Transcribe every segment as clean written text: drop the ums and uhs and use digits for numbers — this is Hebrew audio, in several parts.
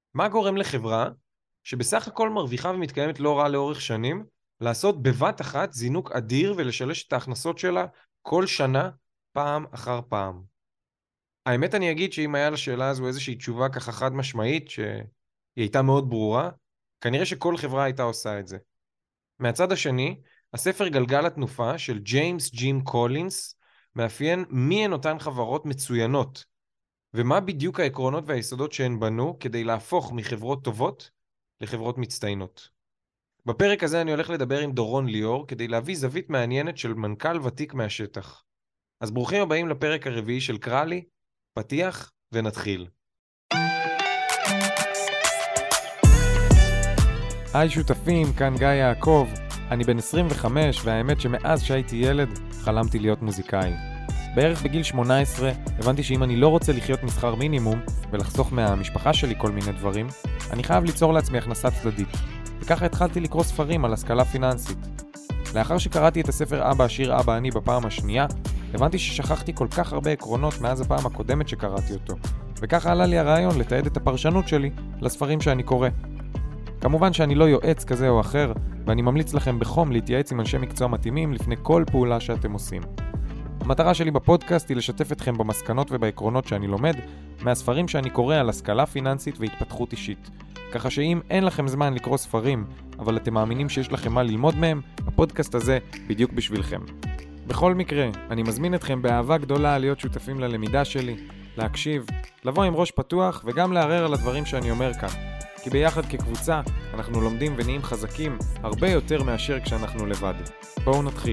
מה גורם לחברה שבסך הכל מרוויחה ומתקיימת לא רע לאורך שנים, לעשות בבת אחת זינוק אדיר ולשלש את ההכנסות שלה כל שנה פעם אחר פעם? האמת אני אגיד שאם היה לשאלה הזו איזושהי תשובה ככה חד משמעית, שהיא הייתה מאוד ברורה, כנראה שכל חברה הייתה עושה את זה. מהצד השני, הספר גלגל התנופה של ג'יימס ג'ים קולינס מאפיין מי הן אותן חברות מצוינות, ומה בדיוק העקרונות והיסודות שהן בנו כדי להפוך מחברות טובות לחברות מצטיינות. בפרק הזה אני הולך לדבר עם דורון ליאור כדי להביא זווית מעניינת של מנכ"ל ותיק מהשטח. אז ברוכים הבאים לפרק הרביעי של קרלי, פתיח ונתחיל. היי שותפים, כאן גיא יעקב. אני בן 25 והאמת שמאז שהייתי ילד חלמתי להיות מוזיקאי. בערך בגיל 18 הבנתי שאם אני לא רוצה לחיות משכר מינימום ולחסוך מהמשפחה שלי כל מיני דברים, אני חייב ליצור לעצמי הכנסה צדדית. וככה התחלתי לקרוא ספרים על השכלה פיננסית. לאחר שקראתי את הספר אבא עשיר אבא אני בפעם השנייה, הבנתי ששכחתי כל כך הרבה עקרונות מאז הפעם הקודמת שקראתי אותו. וככה עלה לי הרעיון לתעד את הפרשנות שלי לספרים שאני קורא. כמובן שאני לא יועץ כזה או אחר, ואני ממליץ לכם בחום להתייעץ עם אנשי מקצוע מתאימים לפני כל פעולה שאתם עושים. המטרה שלי בפודקאסט היא לשתף אתכם במסקנות ובעקרונות שאני לומד מהספרים שאני קורא על השכלה פיננסית והתפתחות אישית. ככה שאם אין לכם זמן לקרוא ספרים, אבל אתם מאמינים שיש לכם מה ללמוד מהם, הפודקאסט הזה בדיוק בשבילכם. בכל מקרה, אני מזמין אתכם באהבה גדולה להיות שותפים ללמידה שלי, להקשיב, לבוא עם ראש פתוח וגם לערער על הדברים שאני אומר כאן. כי ביחד כקבוצה אנחנו לומדים ונהיים חזקים הרבה יותר מאשר כשאנחנו לבד. בואו נתחיל.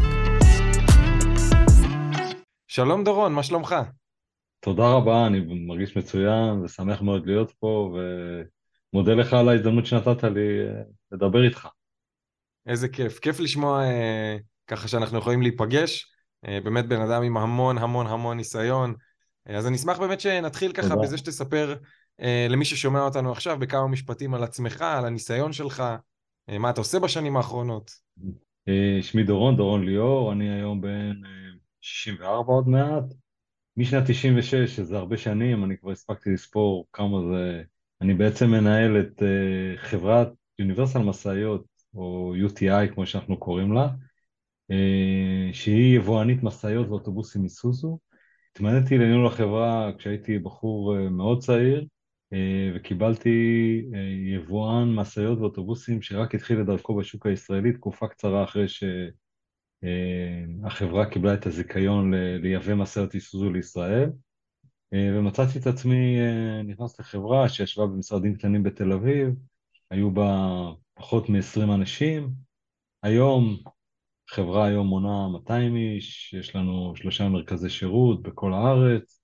שלום דורון, מה שלומך? תודה רבה, אני מרגיש מצוין ושמח מאוד להיות פה, ומודה לך על ההזדמנות שנתת לי לדבר איתך. איזה כיף. כיף לשמוע ככה שאנחנו יכולים להיפגש. באמת בן אדם עם המון המון המון ניסיון. אז אני אשמח באמת שנתחיל ככה תודה. בזה שתספר למי ששומע אותנו עכשיו בכמה משפטים על עצמך, על הניסיון שלך, מה אתה עושה בשנים האחרונות. שמי דורון, דורון ליאור, אני היום בן 64 עוד מעט. משנת 96, שזה הרבה שנים, אני כבר הספקתי לספור כמה זה. אני בעצם מנהל את חברת יוניברסל משאיות, או UTI כמו שאנחנו קוראים לה, שהיא יבואנית משאיות ואוטובוסים מסוזו. התמניתי לניהול החברה כשהייתי בחור מאוד צעיר, וקיבלתי יבואן משאיות ואוטובוסים שרק התחיל את דרכו בשוק הישראלי, תקופה קצרה אחרי שהחברה קיבלה את הזיכיון לייבא משאיות איסוזו לישראל, ומצאתי את עצמי נכנס לחברה שישבה במשרדים קטנים בתל אביב, היו בה פחות מ-20 אנשים. חברה היום מונה 200 איש, יש לנו 3 מרכזי שירות בכל הארץ,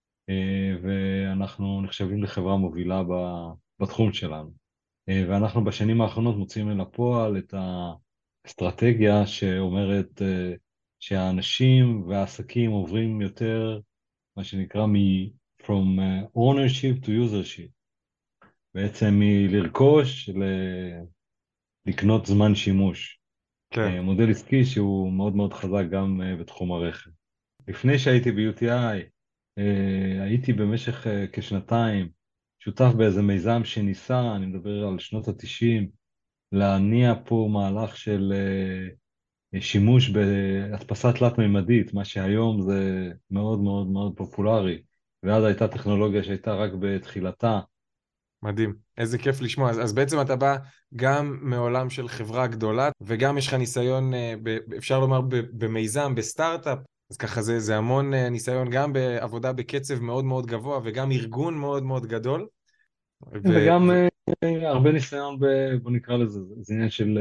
ואנחנו נחשבים לחברה מובילה בתחום שלנו. ואנחנו בשנים האחרונות מוצאים אל הפועל את האסטרטגיה שאומרת שהאנשים והעסקים עוברים יותר, מה שנקרא from ownership to usership, בעצם מלרכוש לקנות זמן שימוש. כן. מודל עסקי שהוא מאוד מאוד חזק גם בתחום הרכב. לפני שהייתי ב-UTI, הייתי במשך כשנתיים שותף באיזה מיזם שניסה, אני מדבר על שנות ה-90, להניע פה מהלך של שימוש בהדפסה תלת-ממדית, מה שהיום זה מאוד מאוד מאוד פופולרי, ואז הייתה טכנולוגיה שהייתה רק בתחילתה. מדהים, איזה כיף לשמוע. אז בעצם אתה בא גם מעולם של חברה גדולה, וגם יש לך ניסיון, אפשר לומר, במיזם, בסטארט-אפ. אז ככה זה המון ניסיון, גם בעבודה בקצב מאוד מאוד גבוה, וגם ארגון מאוד מאוד גדול. וגם הרבה ניסיון, בוא נקרא לזה, זה עניין של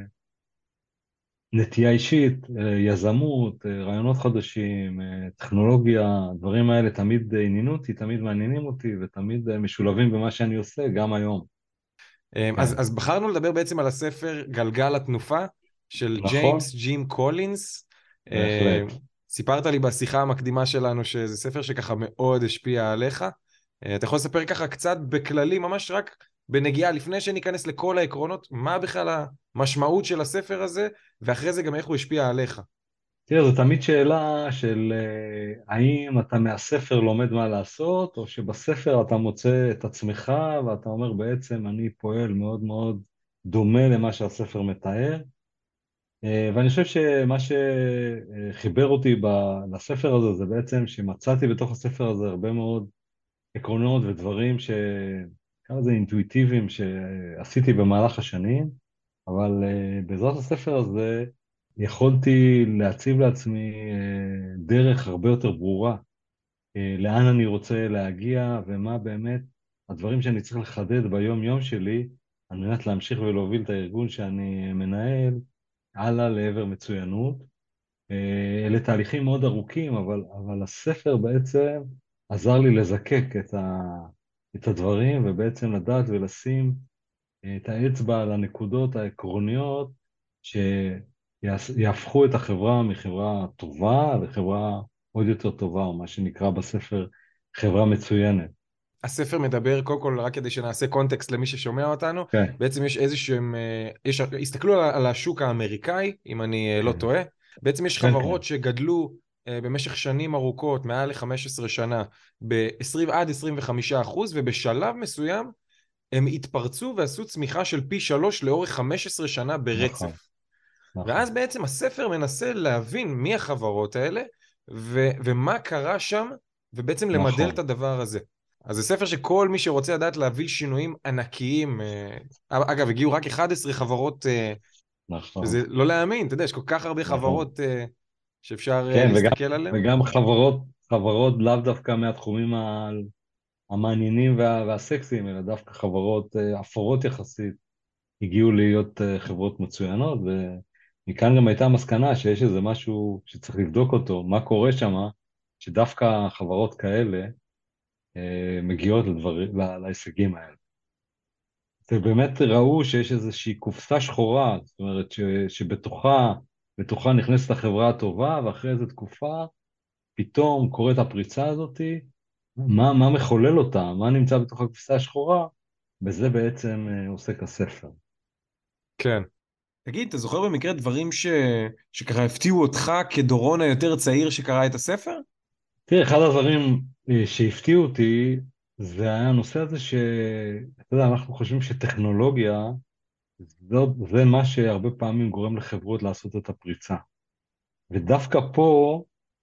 נטייה אישית, יזמות, רעיונות חדשים, טכנולוגיה, הדברים האלה תמיד עניינו אותי, תמיד מעניינים אותי, ותמיד משולבים במה שאני עושה, גם היום. כן, אז בחרנו לדבר בעצם על הספר גלגל התנופה של נכון? ג'יימס ג'ים קולינס. בהחלט. סיפרת לי בשיחה המקדימה שלנו שזה ספר שככה מאוד השפיע עליך. אתה יכול לספר ככה קצת בכללי, ממש רק בנגיעה, לפני שניכנס לכל העקרונות, מה בכלל המשמעות של הספר הזה, ואחרי זה גם איך הוא השפיע עליך. תראה, זו תמיד שאלה של האם אתה מהספר לומד מה לעשות, או שבספר אתה מוצא את עצמך ואתה אומר בעצם אני פועל מאוד מאוד דומה למה שהספר מתאר. ואני חושב שמה שחיבר אותי לספר הזה זה בעצם שמצאתי בתוך הספר הזה הרבה מאוד עקרונות ודברים כמה זה אינטואיטיביים שעשיתי במהלך השנים, אבל בעזרת הספר הזה יכולתי להציב לעצמי דרך הרבה יותר ברורה, לאן אני רוצה להגיע ומה באמת הדברים שאני צריך לחדד ביום יום שלי על מנת להמשיך ולהוביל את הארגון שאני מנהל הלאה לעבר מצוינות. אלה תהליכים מאוד ארוכים, אבל הספר בעצם עזר לי לזקק את הדברים ובעצם לדעת ולשים את האצבע על הנקודות העקרוניות שיהפכו את החברה מחברה טובה לחברה עוד יותר טובה, או מה שנקרא בספר חברה מצוינת. הספר מדבר, קודם כל, רק כדי שנעשה קונטקסט למי ששומע אותנו, כן, בעצם יש איזשהם, הסתכלו על השוק האמריקאי, אם אני לא כן, טועה, בעצם יש כן, כן, חברות שגדלו במשך שנים ארוכות, מעל ל-15 שנה, ב-20 עד 25%, ובשלב מסוים הם התפרצו ועשו צמיחה של פי 3 לאורך 15 שנה נכון, ברצף. נכון, ואז בעצם הספר מנסה להבין מי החברות האלה, ומה קרה שם, ובעצם למדל את נכון, הדבר הזה. אז זה ספר שכל מי שרוצה לדעת להביא שינויים ענקיים, אגב, הגיעו רק 11 חברות, נכון. וזה לא להאמין, אתה יודע, יש כל כך הרבה נכון. חברות שאפשר כן, להסתכל עליהן. וגם חברות לאו דווקא מהתחומים המעניינים והסקסיים, אלא דווקא חברות אפורות יחסית, הגיעו להיות חברות מצוינות, ומכאן גם הייתה המסקנה שיש איזה משהו שצריך לבדוק אותו, מה קורה שם, שדווקא חברות כאלה מגיעות להישגים האלה. ובאמת ראו שיש איזושהי קופסה שחורה, זאת אומרת שבתוכה נכנסת החברה הטובה, ואחרי איזו תקופה פתאום קורית הפריצה הזאת, מה מחולל אותה, מה נמצא בתוך הקופסה השחורה, בזה בעצם עוסק הספר. כן. תגיד, אתה זוכר במקרה דברים שככה הפתיעו אותך כדורון היותר צעיר שקרא את הספר? תראה, אחד הדברים שהפתיעו אותי, זה היה הנושא הזה אתה יודע, אנחנו חושבים שטכנולוגיה, זה מה שהרבה פעמים גורם לחברות לעשות את הפריצה. ודווקא פה,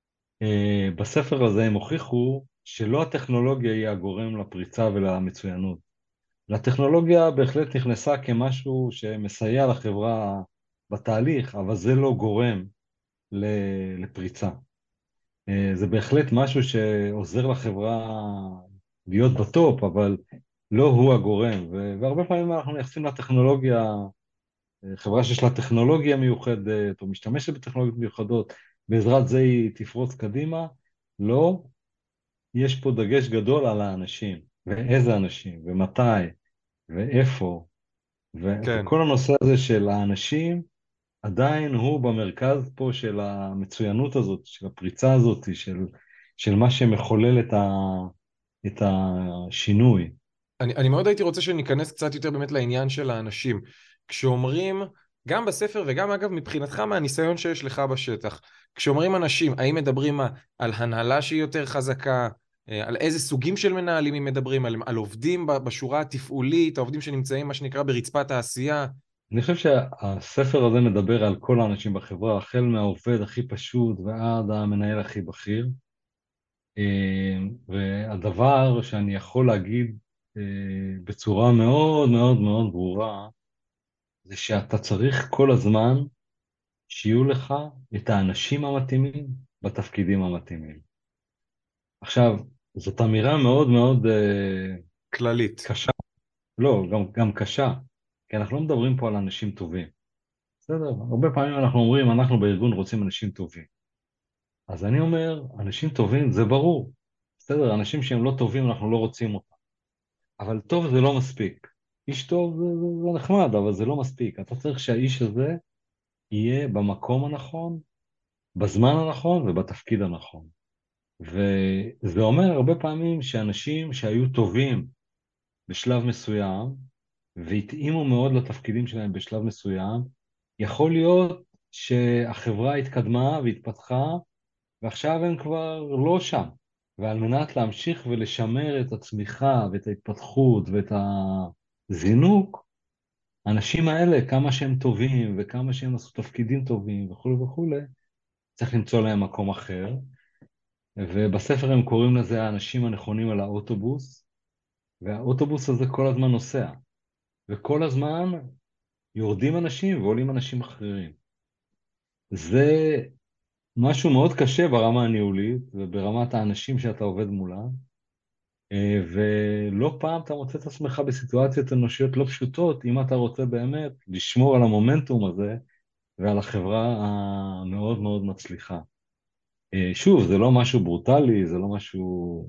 בספר הזה הם הוכיחו שלא הטכנולוגיה היא הגורם לפריצה ולמצוינות. והטכנולוגיה בהחלט נכנסה כמשהו שמסייע לחברה בתהליך, אבל זה לא גורם לפריצה. זה בהחלט משהו שעוזר לחברה להיות בטופ, אבל לא הוא הגורם. והרבה פעמים אנחנו מייחסים לטכנולוגיה, חברה שיש לה טכנולוגיה מיוחדת, או משתמשת בטכנולוגיות מיוחדות, בעזרת זה היא תפרוץ קדימה. לא, יש פה דגש גדול על האנשים, ואיזה אנשים, ומתי, ואיפה, כן. וכל הנושא הזה של האנשים, עדיין הוא במרכז פה של המצוינות הזאת, של הפריצה הזאת, של מה שמחולל את השינוי. אני מאוד הייתי רוצה שניכנס קצת יותר באמת לעניין של האנשים. כשאומרים, גם בספר וגם אגב מבחינתך מהניסיון שיש לך בשטח, כשאומרים אנשים, האם מדברים על הנהלה שהיא יותר חזקה, על איזה סוגים של מנהלים הם מדברים, על עובדים בשורה התפעולית, העובדים שנמצאים מה שנקרא ברצפת העשייה? אני חושב שהספר הזה מדבר על כל האנשים בחברה, החל מהעובד הכי פשוט ועד המנהל הכי בכיר. והדבר שאני יכול להגיד בצורה מאוד מאוד מאוד ברורה, זה שאתה צריך כל הזמן שיהיו לך את האנשים המתאימים בתפקידים המתאימים. עכשיו, זאת אמירה מאוד מאוד כללית. קשה, לא, גם קשה, כי אנחנו לא מדברים פה על אנשים טובים. בסדר, הרבה פעמים אנחנו אומרים, אנחנו בארגון רוצים אנשים טובים. אז אני אומר, אנשים טובים זה ברור. בסדר, אנשים שהם לא טובים אנחנו לא רוצים אותם. אבל טוב זה לא מספיק. איש טוב זה נחמד, אבל זה לא מספיק. אתה צריך שהאיש הזה יהיה במקום הנכון, בזמן הנכון ובתפקיד הנכון. וזה אומר הרבה פעמים שאנשים שהיו טובים בשלב מסוים, והתאימו מאוד לתפקידים שלהם בשלב מסוים, יכול להיות שהחברה התקדמה והתפתחה, ועכשיו הם כבר לא שם. ועל מנת להמשיך ולשמר את הצמיחה ואת ההתפתחות ואת הזינוק, האנשים האלה, כמה שהם טובים וכמה שהם עשו תפקידים טובים וכו' וכו', צריך למצוא להם מקום אחר. ובספר הם קוראים לזה האנשים הנכונים על האוטובוס, והאוטובוס הזה כל הזמן נוסע, וכל הזמן יורדים אנשים ועולים אנשים אחרים. זה משהו מאוד קשה ברמה הניהולית וברמת האנשים שאתה עובד מולם, ולא פעם אתה מוצא את עצמך בסיטואציות אנושיות לא פשוטות, אם אתה רוצה באמת לשמור על המומנטום הזה ועל החברה המאוד מאוד מצליחה. שוב, זה לא משהו ברוטלי, זה לא משהו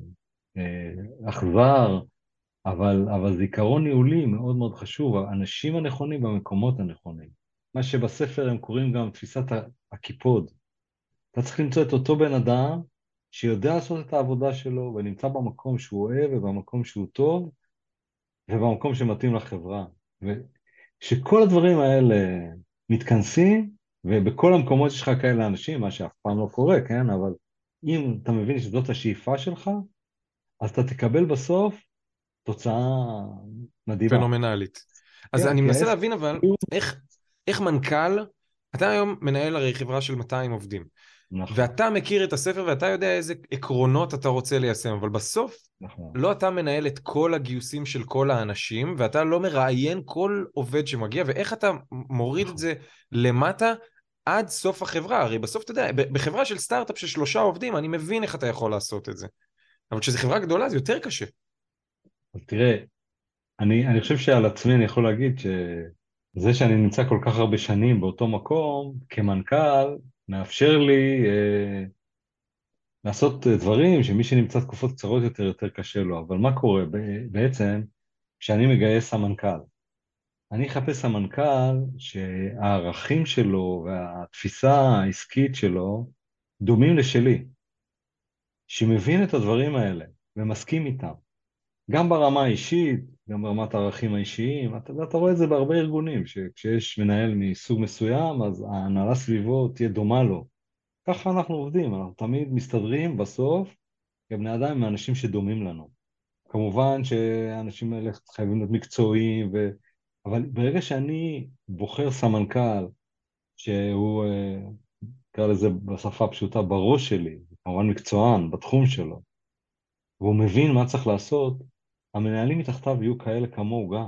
אכזר, אבל זיכרון ניהולי מאוד מאוד חשוב, האנשים הנכונים במקומות הנכונים. מה שבספר הם קוראים גם תפיסת הקיפוד. אתה צריך למצוא את אותו בן אדם שיודע לעשות את העבודה שלו ונמצא במקום שהוא אוהב ובמקום שהוא טוב ובמקום שמתאים לחברה. וכשכל הדברים האלה מתכנסים, ובכל המקומות יש לך כאלה אנשים, מה שאף פעם לא קורה, כן? אבל אם אתה מבין שזאת השאיפה שלך, אז אתה תקבל בסוף תוצאה מדהימה. פנומנלית. אז כן, אני כי מנסה העסק להבין אבל, הוא... איך מנכ"ל, אתה היום מנהל הרי חברה של 200 עובדים, נכון, ואתה מכיר את הספר ואתה יודע איזה עקרונות אתה רוצה ליישם, אבל בסוף נכון, לא אתה מנהל את כל הגיוסים של כל האנשים, ואתה לא מראיין כל עובד שמגיע, ואיך אתה מוריד את נכון. זה למטה עד סוף החברה. הרי בסוף אתה יודע, בחברה של סטארט-אפ של 3 עובדים, אני מבין איך אתה יכול לעשות את זה. אבל כשזו חברה גדולה זה יותר קשה. אז תראה, אני חושב שעל עצמי אני יכול להגיד שזה שאני נמצא כל כך הרבה שנים באותו מקום, כמנכ"ל, מאפשר לי לעשות דברים שמי שנמצא תקופות קצרות יותר, יותר קשה לו. אבל מה קורה? בעצם, כשאני מגייס סמנכ"ל, אני אחפש סמנכ"ל שהערכים שלו והתפיסה העסקית שלו דומים לשלי, שמבין את הדברים האלה ומסכים איתם. גם ברמה האישית, גם ברמת הערכים האישיים, אתה רואה את זה בהרבה ארגונים, שכשיש מנהל מסוג מסוים, אז ההנהלה סביבו תהיה דומה לו. ככה אנחנו עובדים, אנחנו תמיד מסתדרים בסוף כבני אדם עם האנשים שדומים לנו. כמובן שהאנשים האלה חייבים להיות מקצועיים, אבל ברגע שאני בוחר סמנכ"ל שהוא, נקרא לזה בשפה פשוטה, בראש שלי, כמובן מקצוען בתחום שלו, והוא מבין מה צריך לעשות, המנהלים מתחתיו יהיו כאלה כמוהו גם.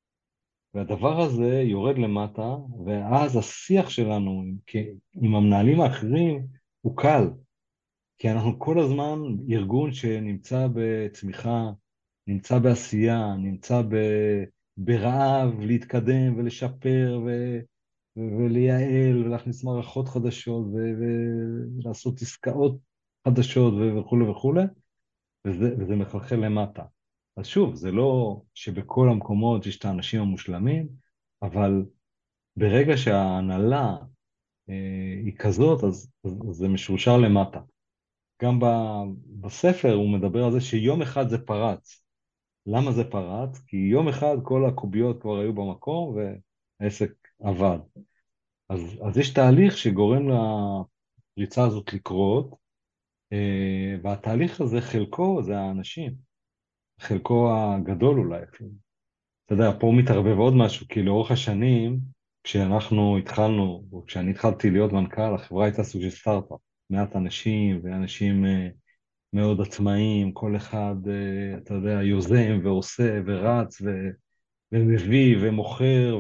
והדבר הזה יורד למטה, ואז השיח שלנו עם המנהלים האחרים הוא קל, כי אנחנו כל הזמן ארגון שנמצא בצמיחה, נמצא בעשייה, נמצא ברעב להתקדם ולשפר ולייעל ולהכניס מערכות חדשות ולעשות עסקאות חדשות וכו' וכו', וזה מחלחל למטה. אז שוב, זה לא שבכל המקומות יש את האנשים המושלמים, אבל ברגע שההנהלה היא כזאת, אז זה משורשר למטה. גם בספר הוא מדבר על זה שיום אחד זה פרץ. למה זה פרץ? כי יום אחד כל הקוביות כבר היו במקום והעסק עבד. אז יש תהליך שגורם לפריצה הזאת לקרות, והתהליך הזה חלקו זה האנשים, חלקו הגדול אולי אפילו. אתה יודע, פה מתערבב עוד משהו, כי לאורך השנים, כשאנחנו התחלנו, או כשאני התחלתי להיות מנכ"ל, החברה הייתה סוג של סטארט-אפ. מעט אנשים, ואנשים מאוד עצמאיים, כל אחד, אתה יודע, יוזם ועושה ורץ ומביא ומוכר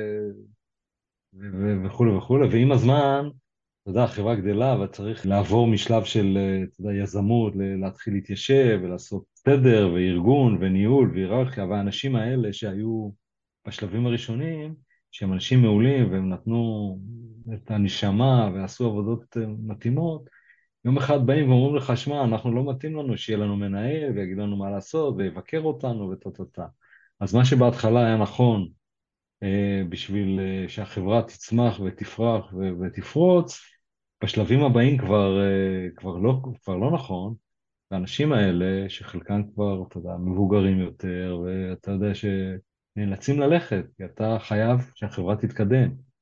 וכו' וכו', ועם הזמן, אתה יודע, החברה גדלה וצריך לעבור משלב של, אתה יודע, יזמות, להתחיל להתיישב ולעשות סדר וארגון וניהול והיררכיה, והאנשים האלה שהיו בשלבים הראשונים, שהם אנשים מעולים והם נתנו את הנשמה ועשו עבודות מתאימות, יום אחד באים ואומרים לך, שמע, אנחנו לא מתאים לנו שיהיה לנו מנהל ויגיד לנו מה לעשות ויבקר אותנו וטוטוטה. אז מה שבהתחלה היה נכון בשביל שהחברה תצמח ותפרח ותפרוץ, בשלבים הבאים כבר לא נכון, והאנשים האלה, שחלקם כבר, אתה יודע, מבוגרים יותר, ואתה יודע שנאלצים ללכת, כי אתה חייב שהחברה תתקדם.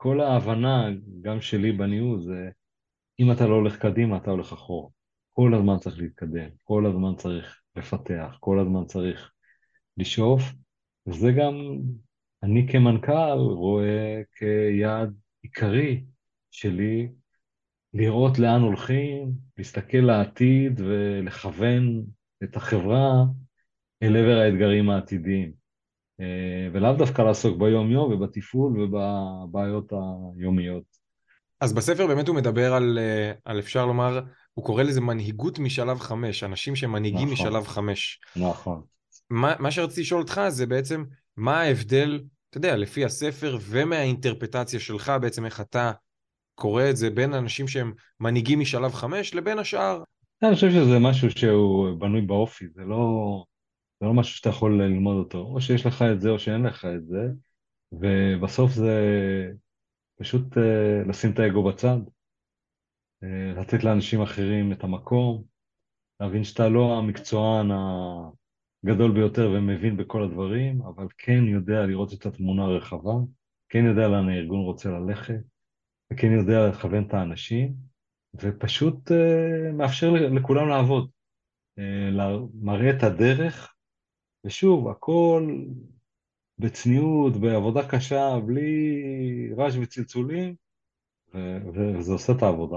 כל ההבנה, גם שלי בניהול, זה אם אתה לא הולך קדימה, אתה הולך אחורה. כל הזמן צריך להתקדם, כל הזמן צריך לפתח, כל הזמן צריך לשאוף, וזה גם אני כמנכ"ל רואה כיעד עיקרי שלי, לראות לאן הולכים, להסתכל לעתיד ולכוון את החברה אל עבר האתגרים העתידיים, ולאו דווקא לעסוק ביום-יום ובתפעול ובבעיות היומיות. אז בספר באמת הוא מדבר על אפשר לומר, הוא קורא לזה מנהיגות משלב 5, אנשים שמנהיגים נכון, משלב 5. נכון. מה שרציתי לשאול אותך זה בעצם, מה ההבדל, אתה יודע, לפי הספר ומהאינטרפטציה שלך, בעצם איך אתה קורא את זה בין אנשים שהם מנהיגים משלב 5 לבין השאר. אני חושב שזה משהו שהוא בנוי באופי, זה לא משהו שאתה יכול ללמוד אותו, או שיש לך את זה או שאין לך את זה, ובסוף זה פשוט לשים את האגו בצד, לתת לאנשים אחרים את המקום, להבין שאתה לא המקצוען הגדול ביותר ומבין בכל הדברים, אבל כן יודע לראות את התמונה הרחבה, כן יודע לאן הארגון רוצה ללכת, וכן יודע לכוון את האנשים, ופשוט מאפשר לכולם לעבוד, מראה את הדרך, ושוב, הכל בצניעות, בעבודה קשה, בלי רעש וצלצולים, וזה עושה את העבודה.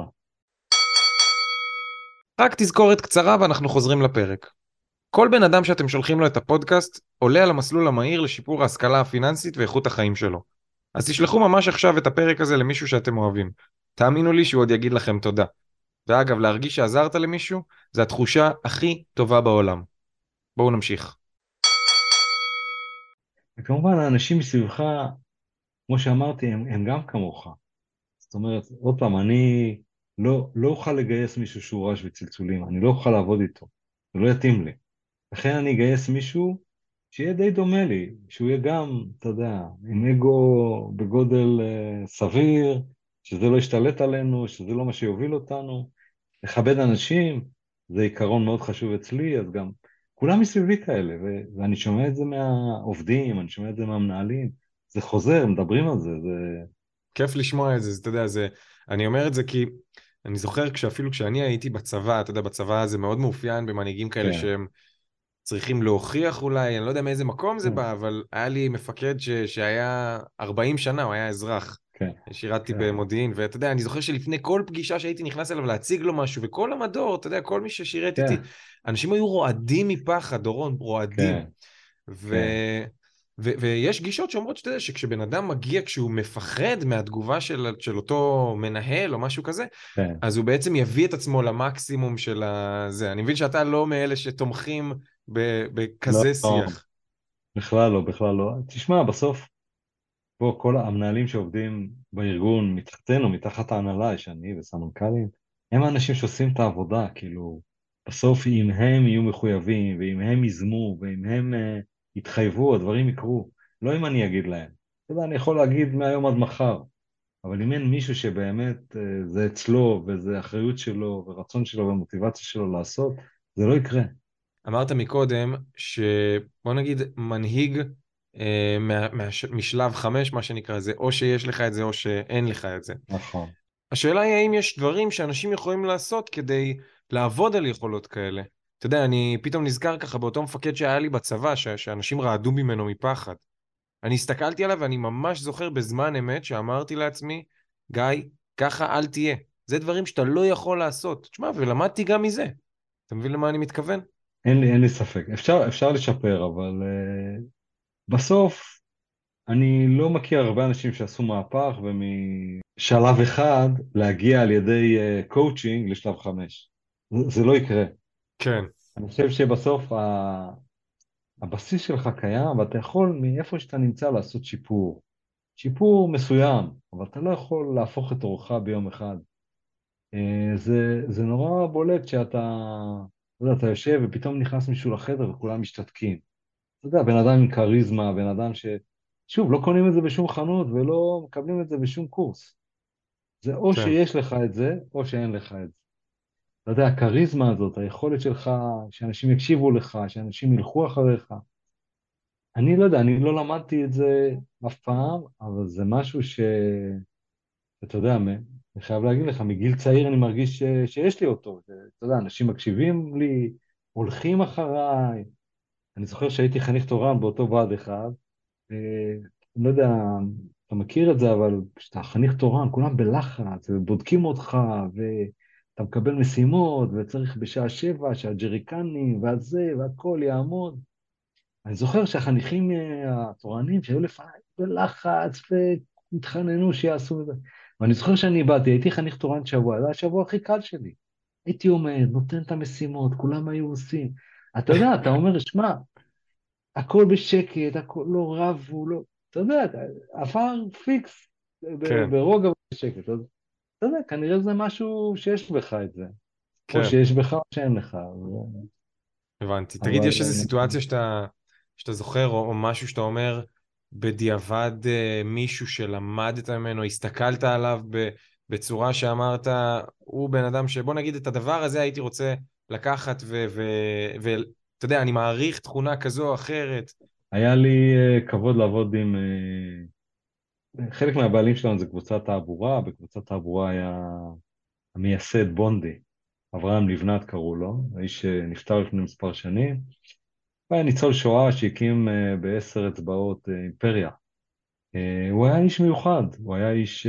רק תזכורת קצרה ואנחנו חוזרים לפרק. כל בן אדם שאתם שולחים לו את הפודקאסט עולה על המסלול המהיר לשיפור ההשכלה הפיננסית ואיכות החיים שלו. אז תשלחו ממש עכשיו את הפרק הזה למישהו שאתם אוהבים. תאמינו לי שהוא עוד יגיד לכם תודה. ואגב, להרגיש שעזרת למישהו, זה התחושה הכי טובה בעולם. בואו נמשיך. וכמובן, האנשים מסביבך, כמו שאמרתי, הם גם כמוך. זאת אומרת, עוד פעם, אני לא אוכל לגייס מישהו שהוא רעש וצלצולים, אני לא אוכל לעבוד איתו, זה לא יתאים לי. לכן אני אגייס מישהו שיהיה די דומה לי, שהוא יהיה גם, אתה יודע, עם אגו בגודל סביר, שזה לא ישתלט עלינו, שזה לא מה שיוביל אותנו. לכבד אנשים, זה עיקרון מאוד חשוב אצלי, אז גם כולם מסביבי כאלה, ואני שומע את זה מהעובדים, אני שומע את זה מהמנהלים, זה חוזר, מדברים על זה, זה... כיף לשמוע את זה, אתה יודע, אני אומר את זה כי אני זוכר שאפילו כשאני הייתי בצבא, אתה יודע, בצבא זה מאוד מאופיין במנהיגים כאלה כן, שהם צריכים להוכיח אולי, אני לא יודע מאיזה מקום זה כן, בא, אבל היה לי מפקד שהיה 40 שנה, הוא היה אזרח. כן, שירתתי כן, במודיעין, ואתה יודע, אני זוכר שלפני כל פגישה שהייתי נכנס אליו להציג לו משהו, וכל המדור, אתה יודע, כל מי ששירת איתי, כן, אנשים היו רועדים מפחד, דורון, רועדים. כן, ו... כן, ויש גישות שאומרות שאתה יודע, שכשבן אדם מגיע כשהוא מפחד מהתגובה של אותו מנהל או משהו כזה, כן. אז הוא בעצם יביא את עצמו למקסימום של זה. אני מבין שאתה לא מאלה שתומכים לא, בכזה לא, שיח. בכלל לא, בכלל לא. תשמע, בסוף, פה כל המנהלים שעובדים בארגון מתחתנו, מתחת ההנהלה, יש אני וסמנכ"לים, הם האנשים שעושים את העבודה, כאילו, בסוף אם הם יהיו מחויבים, ואם הם יזמו, ואם הם יתחייבו, הדברים יקרו. לא אם אני אגיד להם. אתה יודע, אני יכול להגיד מהיום עד מחר, אבל אם אין מישהו שבאמת זה אצלו, וזה אחריות שלו, ורצון שלו, ומוטיבציה שלו לעשות, זה לא יקרה. אמרת מקודם שבוא נגיד מנהיג משלב 5, מה שנקרא, זה או שיש לך את זה או שאין לך את זה. נכון. השאלה היא האם יש דברים שאנשים יכולים לעשות כדי לעבוד על יכולות כאלה. אתה יודע, אני פתאום נזכר ככה באותו מפקד שהיה לי בצבא, שאנשים רעדו ממנו מפחד. אני הסתכלתי עליו ואני ממש זוכר בזמן אמת שאמרתי לעצמי, גיא, ככה אל תהיה. זה דברים שאתה לא יכול לעשות. תשמע, ולמדתי גם מזה. אתה מבין למה אני מתכוון? אין לי ספק. אפשר לשפר, אבל בסוף אני לא מכיר הרבה אנשים שעשו מהפך ומשלב אחד להגיע על ידי קואוצ'ינג לשלב 5. זה לא יקרה. כן. אני חושב שבסוף הבסיס שלך קיים ואתה יכול מאיפה שאתה נמצא לעשות שיפור. שיפור מסוים, אבל אתה לא יכול להפוך את אורך ביום אחד. זה נורא בולט שאתה, אתה יודע, אתה יושב ופתאום נכנס מישהו לחדר וכולם משתתקים. אתה יודע, בן אדם עם כריזמה, בן אדם ש... שוב, לא קונים את זה בשום חנות ולא מקבלים את זה בשום קורס. זה או כן. שיש לך את זה, או שאין לך את זה. אתה יודע, הכריזמה הזאת, היכולת שלך, שאנשים יקשיבו לך, שאנשים ילכו אחריך. אני לא יודע, אני לא למדתי את זה אף פעם, אבל זה משהו אתה יודע, אני חייב להגיד לך, מגיל צעיר אני מרגיש שיש לי אותו. אתה יודע, אנשים מקשיבים לי, הולכים אחריי. אני זוכר שהייתי חניך תורן באותו ועד אחד, אני לא יודע, אתה מכיר את זה, אבל כשאתה חניך תורן, כולם בלחץ, ובודקים אותך, ואתה מקבל משימות, וצריך בשעה 7 שהג'ריקנים, והזה, והכל יעמוד. אני זוכר שהחניכים התורנים שהיו לפניי בלחץ, והתחננו שיעשו את זה. ואני זוכר שאני באתי, הייתי חניך תורן שבוע, זה היה השבוע הכי קל שלי. הייתי עומד, נותן את המשימות, כולם היו עושים. אתה יודע, אתה אומר, שמע, הכל בשקט, הכל לא רבו, לא... אתה יודע, עבר פיקס כן, ברוגע ובשקט. אז אתה יודע, כנראה זה משהו שיש בך את זה. או כן, שיש בך או שאין לך. הבנתי. תגיד, אבל יש איזו סיטואציה שאתה זוכר, או משהו שאתה אומר, בדיעבד מישהו שלמדת ממנו, הסתכלת עליו בצורה שאמרת, הוא בן אדם שבוא נגיד את הדבר הזה הייתי רוצה לקחת, ואתה יודע, אני מעריך תכונה כזו או אחרת. היה לי כבוד לעבוד עם... חלק מהבעלים שלנו זה קבוצת תעבורה, בקבוצת תעבורה היה המייסד בונדי, אברהם לבנת קראו לו, האיש שנפטר לפני מספר שנים, הוא היה ניצול שואה שהקים בעשר אצבעות אימפריה. הוא היה איש מיוחד, הוא היה איש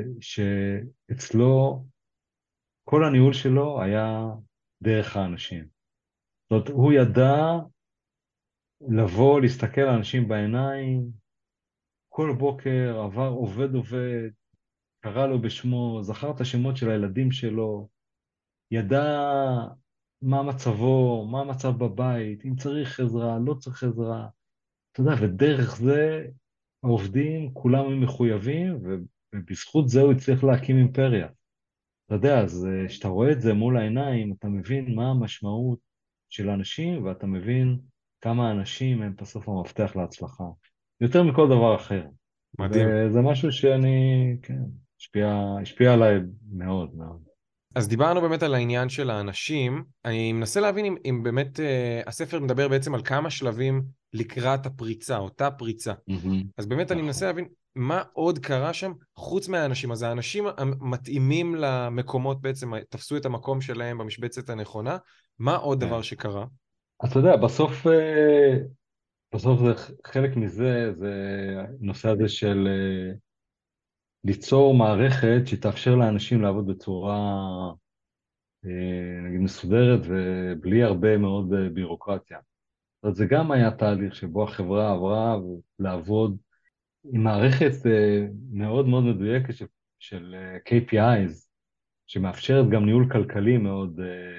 שאצלו, כל הניהול שלו היה דרך האנשים. זאת אומרת, הוא ידע לבוא, להסתכל על אנשים בעיניים, כל בוקר עבר עובד עובד, קרא לו בשמו, זכר את השמות של הילדים שלו, ידע מה מצבו, מה המצב בבית, אם צריך עזרה, לא צריך עזרה. אתה יודע, ודרך זה העובדים, כולם הם מחויבים, ובזכות זה הוא הצליח להקים אימפריה. אתה יודע, אז כשאתה רואה את זה מול העיניים, אתה מבין מה המשמעות של אנשים, ואתה מבין כמה אנשים הם בסוף המפתח להצלחה. יותר מכל דבר אחר. מדהים. וזה משהו שאני, כן, השפיע עליי מאוד מאוד. אז דיברנו באמת על העניין של האנשים. אני מנסה להבין אם באמת הספר מדבר בעצם על כמה שלבים לקראת הפריצה, אותה פריצה. אז באמת אני מנסה נכון. להבין מה עוד קרה שם חוץ מהאנשים. אז האנשים המתאימים למקומות בעצם תפסו את המקום שלהם במשבצת הנכונה. מה עוד דבר כן. שקרה? אתה יודע, בסוף זה חלק מזה, זה הנושא הזה של ליצור מערכת שתאפשר לאנשים לעבוד בצורה נגיד מסודרת ובלי הרבה מאוד בירוקרטיה. זאת אומרת, זה גם היה תהליך שבו החברה עברה לעבוד עם מערכת מאוד מאוד מדויקת של KPIs, שמאפשרת גם ניהול כלכלי מאוד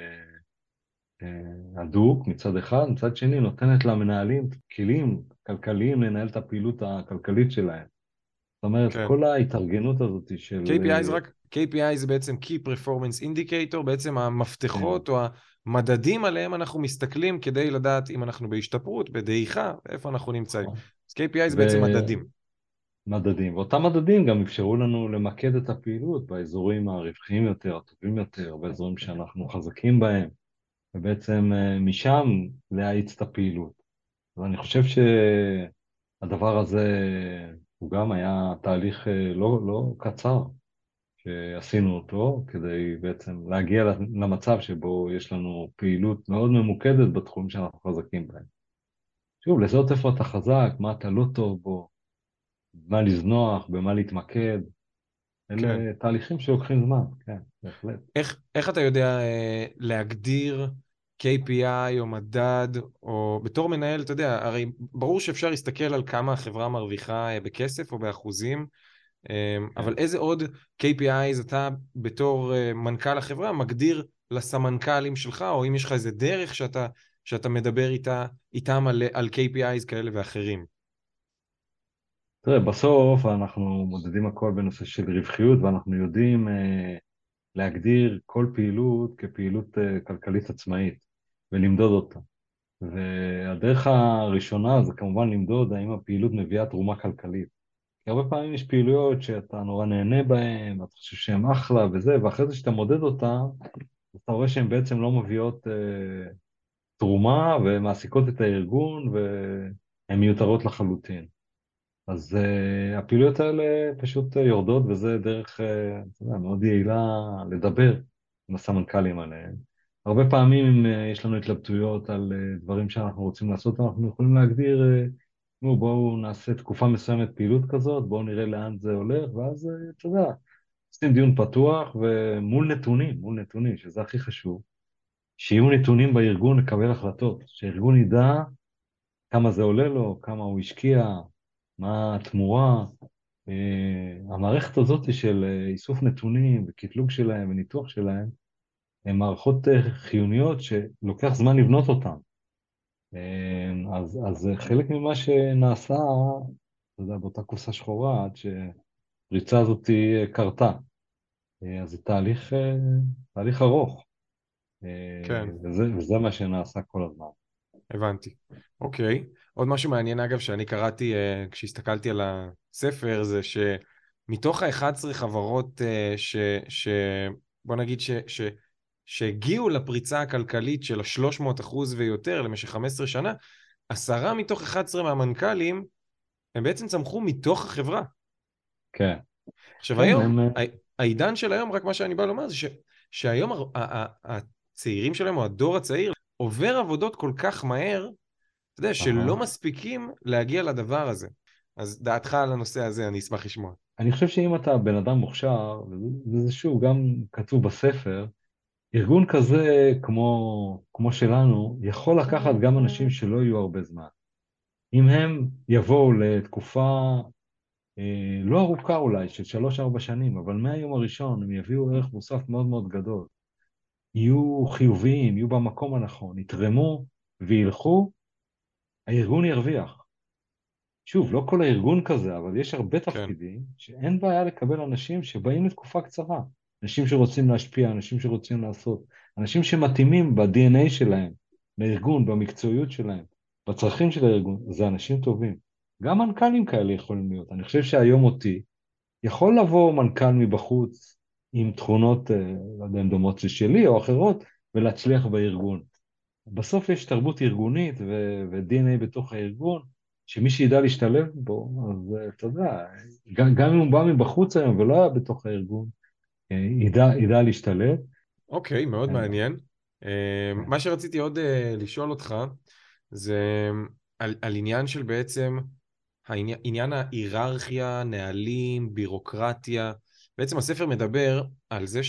הדוק מצד אחד, מצד שני נותנת למנהלים כלים כלכליים לנהל את הפעילות הכלכלית שלהם. זאת אומרת, כן. כל ההתארגנות הזאת של... KPI זה רק, KPI זה בעצם Key Performance Indicator, בעצם כן, המפתחות או המדדים עליהם אנחנו מסתכלים כדי לדעת אם אנחנו בהשתפרות, בדעיכה, איפה אנחנו נמצאים. נכון. אז KPI זה בעצם מדדים. ומדדים. ואותם מדדים גם אפשרו לנו למקד את הפעילות באזורים הרווחיים יותר, הטובים יותר, באזורים שאנחנו חזקים בהם, ובעצם משם להאיץ את הפעילות. ואני חושב שהדבר הזה הוא גם היה תהליך לא קצר שעשינו אותו כדי בעצם להגיע למצב שבו יש לנו פעילות מאוד ממוקדת בתחום שאנחנו חזקים בהם. שוב, לזהות איפה אתה חזק, מה אתה לא טוב בו, במה לזנוח, במה להתמקד, כן. אלה תהליכים שלוקחים זמן, כן, בהחלט. איך אתה יודע להגדיר KPI או מדד, או בתור מנהל, אתה יודע, הרי ברור שאפשר להסתכל על כמה החברה מרוויחה בכסף או באחוזים, אבל כן. איזה עוד KPIs אתה בתור מנכ"ל החברה מגדיר לסמנכ"לים שלך, או אם יש לך איזה דרך שאתה מדבר איתם על KPIs כאלה ואחרים. תראה, בסוף אנחנו מודדים הכל בנושא של רווחיות, ואנחנו יודעים להגדיר כל פעילות כפעילות כלכלית עצמאית, ולמדוד אותה. והדרך הראשונה זה כמובן למדוד האם הפעילות מביאה תרומה כלכלית. כי הרבה פעמים יש פעילויות שאתה נורא נהנה בהן, אתה חושב שהן אחלה וזה, ואחרי זה שאתה מודד אותה, אתה רואה שהן בעצם לא מביאות תרומה ומעסיקות את הארגון והן מיותרות לחלוטין. אז הפעילויות האלה פשוט יורדות, וזה דרך, אתה יודע, מאוד יעילה לדבר עם הסמנכ"לים עליהם. הרבה פעמים אם יש לנו התלבטויות על דברים שאנחנו רוצים לעשות, אנחנו יכולים להגדיר, נו, בואו נעשה תקופה מסוימת פעילות כזאת, בואו נראה לאן זה הולך, ואז, אתה יודע, עושים דיון פתוח ומול נתונים, מול נתונים, שזה הכי חשוב, שיהיו נתונים בארגון לקבל החלטות, שהארגון ידע כמה זה עולה לו, כמה הוא השקיע, מה התמורה. המערכת הזאת של איסוף נתונים וקטלוג שלהם וניתוח שלהם, הן מערכות חיוניות שלוקח זמן לבנות אותן. אז חלק ממה שנעשה, אתה יודע, באותה קופסה שחורה, עד שהפריצה הזאת קרתה. אז זה תהליך ארוך, כן, וזה מה שנעשה כל הזמן. הבנתי. אוקיי. עוד משהו מעניין אגב שאני קראתי כשהסתכלתי על הספר זה שמתוך ה-11 חברות בוא נגיד שהגיעו לפריצה הכלכלית של ה-300% ויותר למשך 15 שנה, 10 מתוך 11 מהמנכ"לים הם בעצם צמחו מתוך החברה. כן, עכשיו כן, היום, העידן של היום, רק מה שאני בא לומר זה שהיום הצעירים שלהם או הדור הצעיר עובר עבודות כל כך מהר, אתה יודע, שלא אהה. מספיקים להגיע לדבר הזה. אז דעתך על הנושא הזה, אני אשמח לשמוע. אני חושב שאם אתה בן אדם מוכשר, וזה שוב גם כתוב בספר, ארגון כזה כמו שלנו, יכול לקחת גם אנשים שלא יהיו הרבה זמן. אם הם יבואו לתקופה לא ארוכה אולי, של 3-4 שנים, אבל מהיום הראשון הם יביאו ערך מוסף מאוד מאוד גדול. יהיו חיוביים, יהיו במקום הנכון, יתרמו וילכו, הארגון ירוויח. שוב, לא כל הארגון כזה, אבל יש הרבה כן, תפקידים שאין בעיה לקבל אנשים שבאים לתקופה קצרה. אנשים שרוצים להשפיע, אנשים שרוצים לעשות, אנשים שמתאימים ב-DNA שלהם, לארגון, במקצועיות שלהם, בצרכים של הארגון, זה אנשים טובים. גם מנכ"לים כאלה יכולים להיות. אני חושב שהיום אותי, יכול לבוא מנכ"ל מבחוץ עם תכונות, לא יודע, אם דומות לשלי או אחרות, ולהצליח בארגון. בסוף יש תרבות ארגונית ו-DNA בתוך הארגון, שמי שידע להשתלב בו, אז אתה יודע, גם אם הוא בא מבחוץ היום ולא היה בתוך הארגון, ידע להשתלב. אוקיי, מאוד אה, מעניין. כן, מה שרציתי עוד לשאול אותך, זה על עניין של בעצם, עניין ההיררכיה, נהלים, בירוקרטיה. בעצם הספר מדבר על זה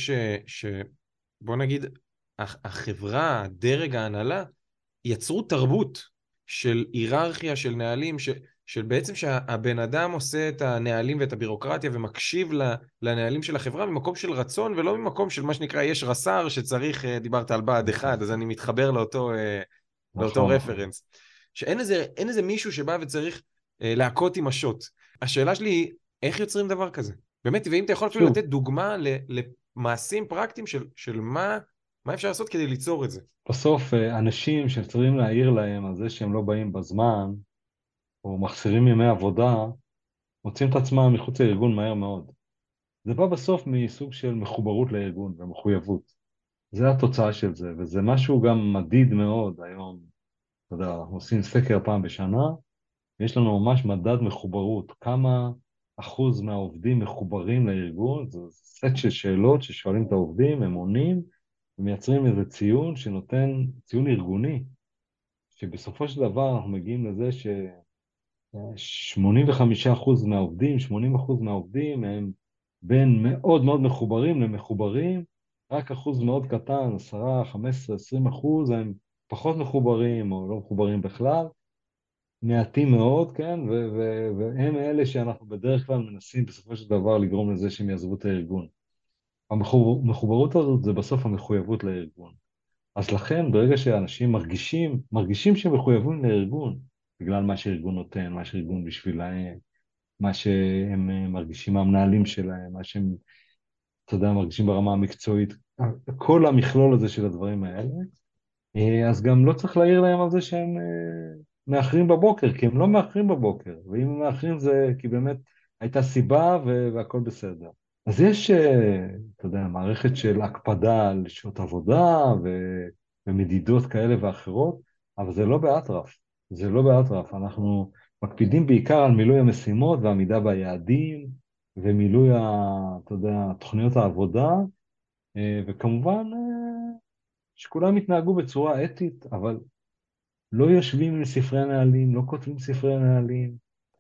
בוא נגיד, החברה, דרג ההנהלה, יצרו תרבות של היררכיה, של נהלים, של בעצם שהבן אדם עושה את הנהלים ואת הבירוקרטיה ומקשיב לנהלים של החברה ממקום של רצון ולא ממקום של מה שנקרא יש רס"ר שצריך, דיברת על בה"ד 1, אז אני מתחבר לאותו נכון, נכון. רפרנס. שאין איזה מישהו שבא וצריך להכות עם השוט. השאלה שלי היא, איך יוצרים דבר כזה? באמת, ואם אתה יכול אפילו שוב, לתת דוגמה למעשים פרקטיים של מה אפשר לעשות כדי ליצור את זה. בסוף אנשים שצריכים להעיר להם על זה שהם לא באים בזמן, או מחסירים ימי עבודה, מוצאים את עצמם מחוץ לארגון מהר מאוד. זה בא בסוף מסוג של מחוברות לארגון ומחויבות. זה התוצאה של זה, וזה משהו גם מדיד מאוד היום. אתה יודע, אנחנו עושים סקר פעם בשנה, ויש לנו ממש מדד מחוברות. כמה אחוז מהעובדים מחוברים לארגון? זה סט של שאלות ששואלים את העובדים, הם עונים, ומייצרים איזה ציון שנותן, ציון ארגוני, שבסופו של דבר אנחנו מגיעים לזה ש-85% מהעובדים, 80% מהעובדים הם בין מאוד מאוד מחוברים למחוברים, רק אחוז מאוד קטן, 10, 15, 20% הם פחות מחוברים או לא מחוברים בכלל, מעטים מאוד, כן, והם אלה שאנחנו בדרך כלל מנסים בסופו של דבר לגרום לזה שהם יעזבו את הארגון. המחוברות הזאת זה בסוף המחויבות לארגון. אז לכן ברגע שאנשים מרגישים שהם מחויבים לארגון, בגלל מה שהארגון נותן, מה שהארגון בשבילהם, מה שהם מרגישים מהמנהלים שלהם, מה שהם, אתה יודע, מרגישים ברמה המקצועית, כל המכלול הזה של הדברים האלה, אז גם לא צריך להעיר להם על זה שהם מאחרים בבוקר, כי הם לא מאחרים בבוקר, ואם הם מאחרים זה כי באמת הייתה סיבה והכל בסדר. אז יש, אתה יודע, מערכת של הקפדה על שעות עבודה ומדידות כאלה ואחרות, אבל זה לא באטרף, זה לא באטרף. אנחנו מקפידים בעיקר על מילוי המשימות ועמידה ביעדים, ומילוי, אתה יודע, תוכניות העבודה, וכמובן שכולם יתנהגו בצורה אתית, אבל לא יושבים עם ספרי נהלים, לא כותבים ספרי נהלים,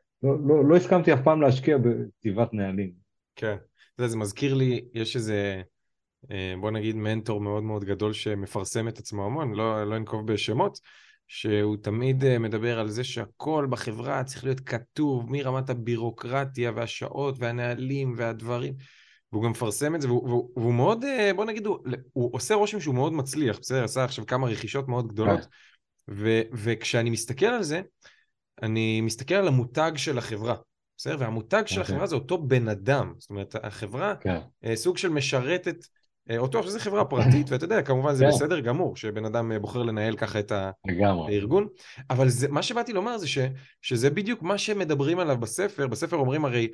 לא הסכמתי אף פעם להשקיע בכתיבת נהלים. כן. אתה יודע, זה מזכיר לי, יש איזה, בוא נגיד, מנטור מאוד מאוד גדול שמפרסם את עצמו המון, לא אנקוב בשמות, שהוא תמיד מדבר על זה שהכל בחברה צריך להיות כתוב, מרמת הבירוקרטיה והשעות והנהלים והדברים, והוא גם מפרסם את זה, והוא מאוד, בוא נגיד, הוא עושה רושם שהוא מאוד מצליח, בסדר, עשה עכשיו כמה רכישות מאוד כן, גדולות, וכשאני מסתכל על זה, אני מסתכל על המותג של החברה, בסדר? והמותג של אוקיי, החברה זה אותו בן אדם, זאת אומרת, החברה כן, סוג של משרתת אותו, שזו חברה פרטית, ואתה יודע, כמובן זה כן, בסדר גמור, שבן אדם בוחר לנהל ככה את לגמרי, הארגון, אבל מה שבאתי לומר זה שזה בדיוק מה שמדברים עליו בספר, בספר אומרים הרי,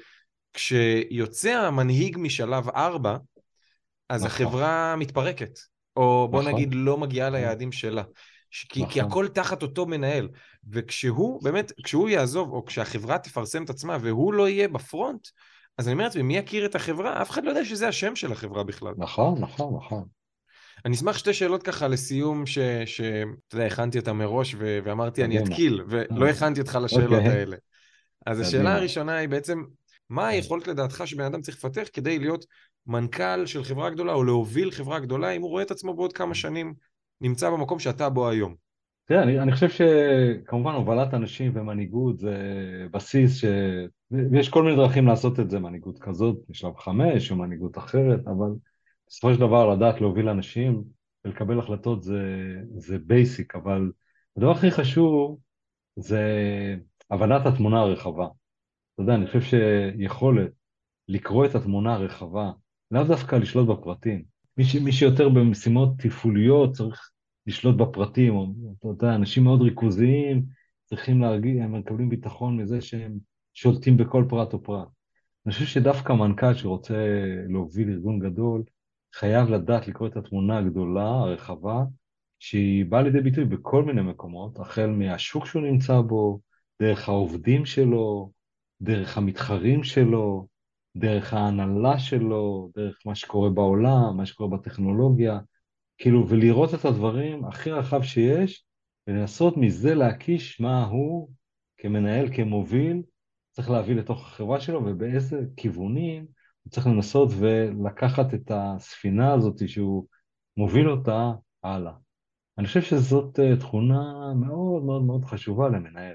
כשיוצא המנהיג משלב 4, אז נכון, החברה מתפרקת, או בוא נגיד נכון, לא מגיעה נכון, ליעדים שלה. כי נכון, הכל תחת אותו מנהל, וכשהוא באמת, כשהוא יעזוב, או כשהחברה תפרסם את עצמה, והוא לא יהיה בפרונט, אז אני אומר לעצמי, מי יכיר את החברה? אף אחד לא יודע שזה השם של החברה בכלל. נכון, נכון, נכון, אני אשמח שתי שאלות ככה לסיום, אתה יודע, הכנתי אותה מראש, ואמרתי אני קדימה. אתקיל, ולא הכנתי אותך לשאלות אוקיי, האלה. אז השאלה קדימה. הראשונה היא בעצם, מה היכולת לדעתך שבן אדם צריך לפתח כדי להיות מנכ"ל של חברה גדולה, או להוביל חברה גדולה, אם הוא רואה את עצמו בעוד כמה שנים, נמצא במקום שאתה בו היום? תראה, אני חושב שכמובן הובלת אנשים ומנהיגות זה בסיס ויש כל מיני דרכים לעשות את זה, מנהיגות כזאת בשלב 5 או מנהיגות אחרת, אבל בסופו של דבר לדעת להוביל אנשים ולקבל החלטות זה בייסיק, אבל הדבר הכי חשוב זה הבנת התמונה הרחבה. אתה יודע, אני חושב שיכולת לקרוא את התמונה הרחבה, לאו דווקא לשלוט בפרטים. מי שיותר במשימות תפעוליות צריך לשלוט בפרטים, או אתה יודע, אנשים מאוד ריכוזיים צריכים להרגיש, הם מקבלים ביטחון מזה שהם שולטים בכל פרט או פרט. אני חושב שדווקא מנכ"ל שרוצה להוביל ארגון גדול, חייב לדעת לקרוא את התמונה הגדולה, הרחבה, שהיא באה לידי ביטוי בכל מיני מקומות, החל מהשוק שהוא נמצא בו, דרך העובדים שלו, דרך המתחרים שלו, דרך ההנהלה שלו, דרך מה שקורה בעולם, מה שקורה בטכנולוגיה, כאילו, ולראות את הדברים הכי רחב שיש, ולנסות מזה להקיש מה הוא כמנהל, כמוביל, צריך להביא לתוך החברה שלו, ובאיזה כיוונים הוא צריך לנסות ולקחת את הספינה הזאת שהוא מוביל אותה הלאה. אני חושב שזאת תכונה מאוד מאוד מאוד חשובה למנהל.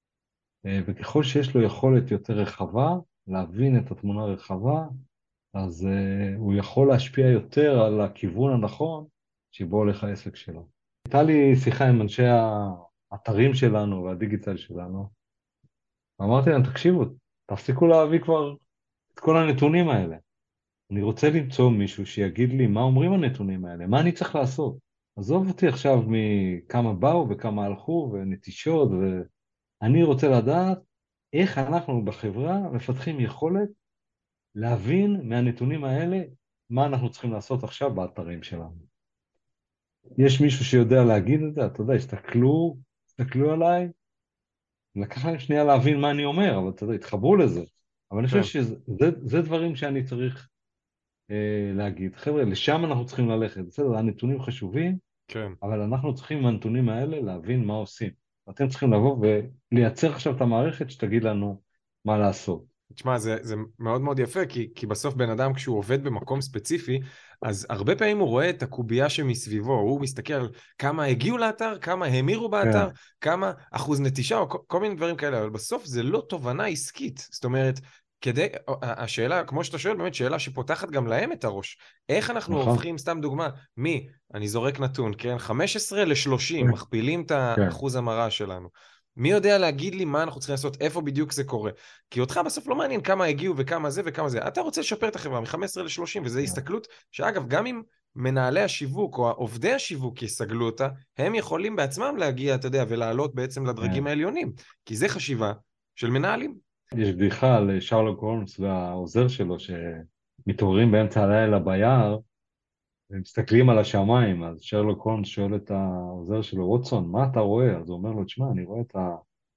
וככל שיש לו יכולת יותר רחבה, להבין את התמונה הרחבה, אז הוא יכול להשפיע יותר על הכיוון הנכון שבו הולך העסק שלו. הייתה לי שיחה עם אנשי האתרים שלנו והדיגיטל שלנו, ואמרתי להם, תקשיבו, תפסיקו להביא כבר את כל הנתונים האלה. אני רוצה למצוא מישהו שיגיד לי מה אומרים הנתונים האלה, מה אני צריך לעשות. עזוב אותי עכשיו מכמה באו וכמה הלכו ונטישות, ואני רוצה לדעת איך אנחנו בחברה מפתחים יכולת להבין מהנתונים האלה מה אנחנו צריכים לעשות עכשיו באתרים שלנו. יש מישהו שיודע להגיד את זה, אתה יודע, הסתכלו עליי, לקח להם שנייה להבין מה אני אומר, אבל אתה יודע, התחברו לזה. אבל אני חושב כן, שזה דברים שאני צריך להגיד. חבר'ה, לשם אנחנו צריכים ללכת, בסדר, הנתונים חשובים, כן. אבל אנחנו צריכים עם הנתונים האלה להבין מה עושים. ואתם צריכים לבוא ולייצר עכשיו את המערכת שתגיד לנו מה לעשות. תשמע, זה מאוד מאוד יפה, כי בסוף בן אדם כשהוא עובד במקום ספציפי, אז הרבה פעמים הוא רואה את הקובייה שמסביבו, הוא מסתכל על כמה הגיעו לאתר, כמה המירו באתר, כן, כמה אחוז נטישה, או כל מיני דברים כאלה, אבל בסוף זה לא תובנה עסקית. זאת אומרת, השאלה, כמו שאתה שואל, באמת שאלה שפותחת גם להם את הראש. איך אנחנו נכון? הופכים, סתם דוגמה, אני זורק נתון, כן? 15 ל-30, כן, מכפילים את כן, האחוז המרה שלנו. מי יודע להגיד לי מה אנחנו צריכים לעשות, איפה בדיוק זה קורה? כי אותך בסוף לא מעניין כמה הגיעו וכמה זה וכמה זה. אתה רוצה לשפר את החברה מ-15 ל-30, וזו הסתכלות שאגב, גם אם מנהלי השיווק או עובדי השיווק יסגלו אותה, הם יכולים בעצמם להגיע, אתה יודע, ולעלות בעצם לדרגים כן. העליונים. כי זה חשיבה של מנהלים. יש בדיחה על שרלוק הולמס והעוזר שלו שמתעוררים באמצע הלילה ביער ומסתכלים על השמיים, אז שרלוק הולמס שואל את העוזר שלו, ווטסון, מה אתה רואה? אז הוא אומר לו, תשמע, אני רואה את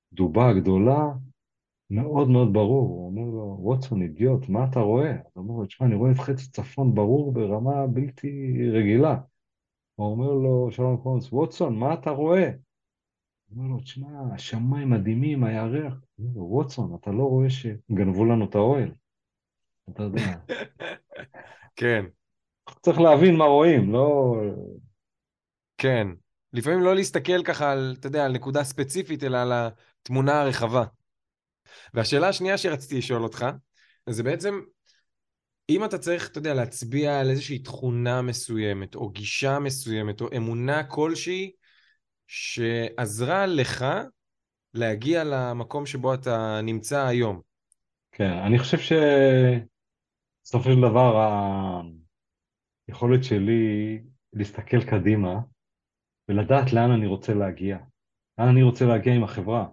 דובה גדולה, מאוד מאוד ברור. הוא אומר לו, ווטסון, אידיוט, מה אתה רואה? אז הוא אומר לו, תשמע, אני רואה את חץ צפון ברור ברמה בלתי רגילה. הוא אומר לו, שלום הולמס, ווטסון, מה אתה רואה? הוא אומר לו, תשמע, השמיים מדהימים, הירח. הוא אומר לו, ווטסון, אתה לא רואה שגנבו לנו את האוהל? אתה יודע, כן, צריך להבין מה רואים, לא... כן. לפעמים לא להסתכל ככה על, אתה יודע, על נקודה ספציפית, אלא על התמונה הרחבה. והשאלה השנייה שרציתי לשאול אותך, זה בעצם, אם אתה צריך, אתה יודע, להצביע על איזושהי תכונה מסוימת, או גישה מסוימת, או אמונה כלשהי, שעזרה לך להגיע למקום שבו אתה נמצא היום. כן, אני חושב שבסופו של דבר היכולת שלי להסתכל קדימה ולדעת לאן אני רוצה להגיע. לאן אני רוצה להגיע עם החברה.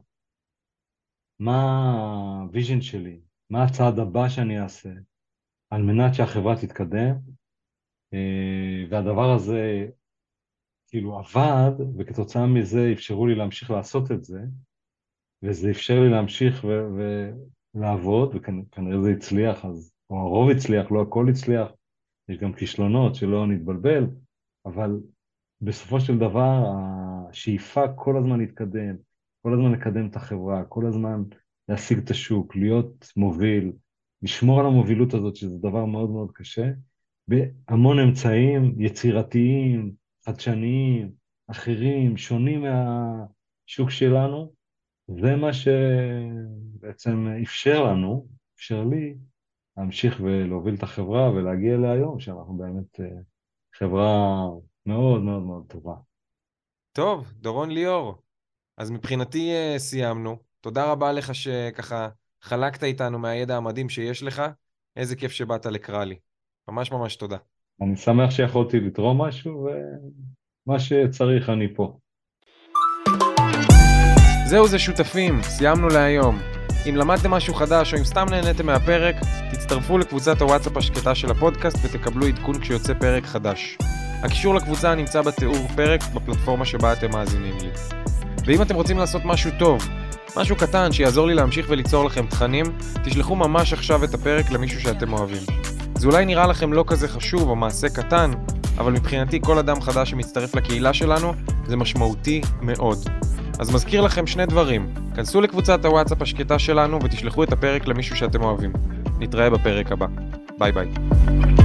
מה הוויז'ן שלי? מה הצעד הבא שאני אעשה על מנת שהחברה תתקדם? והדבר הזה כאילו עבד, וכתוצאה מזה אפשרו לי להמשיך לעשות את זה, וזה אפשר לי להמשיך ולעבוד, וכנראה זה הצליח, או הרוב הצליח, לא הכל הצליח, יש גם כישלונות שלא נתבלבל, אבל בסופו של דבר השאיפה כל הזמן להתקדם, כל הזמן לקדם את החברה, כל הזמן להשיג את השוק, להיות מוביל, לשמור על המובילות הזאת, שזה דבר מאוד מאוד קשה, בהמון אמצעים יצירתיים, חדשניים, אחרים, שונים מהשוק שלנו, זה מה שבעצם אפשר לי, להמשיך ולהוביל את החברה ולהגיע להיום, שאנחנו באמת חברה מאוד מאוד מאוד טובה. טוב, דורון ליאור, אז מבחינתי סיימנו. תודה רבה לך שככה חלקת איתנו מהידע המדהים שיש לך. איזה כיף שבאת לקרלי. ממש ממש תודה. אני שמח שיכולתי לתרום משהו, ומה שצריך אני פה. זהו זה שותפים, סיימנו להיום. אם למדתם משהו חדש או אם סתם נהניתם מהפרק, תצטרפו לקבוצת הוואטסאפ השקטה של הפודקאסט ותקבלו עדכון כשיוצא פרק חדש. הקישור לקבוצה נמצא בתיאור פרק בפלטפורמה שבה אתם מאזינים לי. ואם אתם רוצים לעשות משהו טוב, משהו קטן שיעזור לי להמשיך וליצור לכם תכנים, תשלחו ממש עכשיו את הפרק למישהו שאתם אוהבים. זה אולי נראה לכם לא כזה חשוב או מעשה קטן, אבל מבחינתי כל אדם חדש שמצטרף לקהילה שלנו זה משמעותי מאוד. אז מזכיר לכם שני דברים, כנסו לקבוצת הוואטסאפ השקטה שלנו ותשלחו את הפרק למישהו שאתם אוהבים. נתראה בפרק הבא. ביי ביי.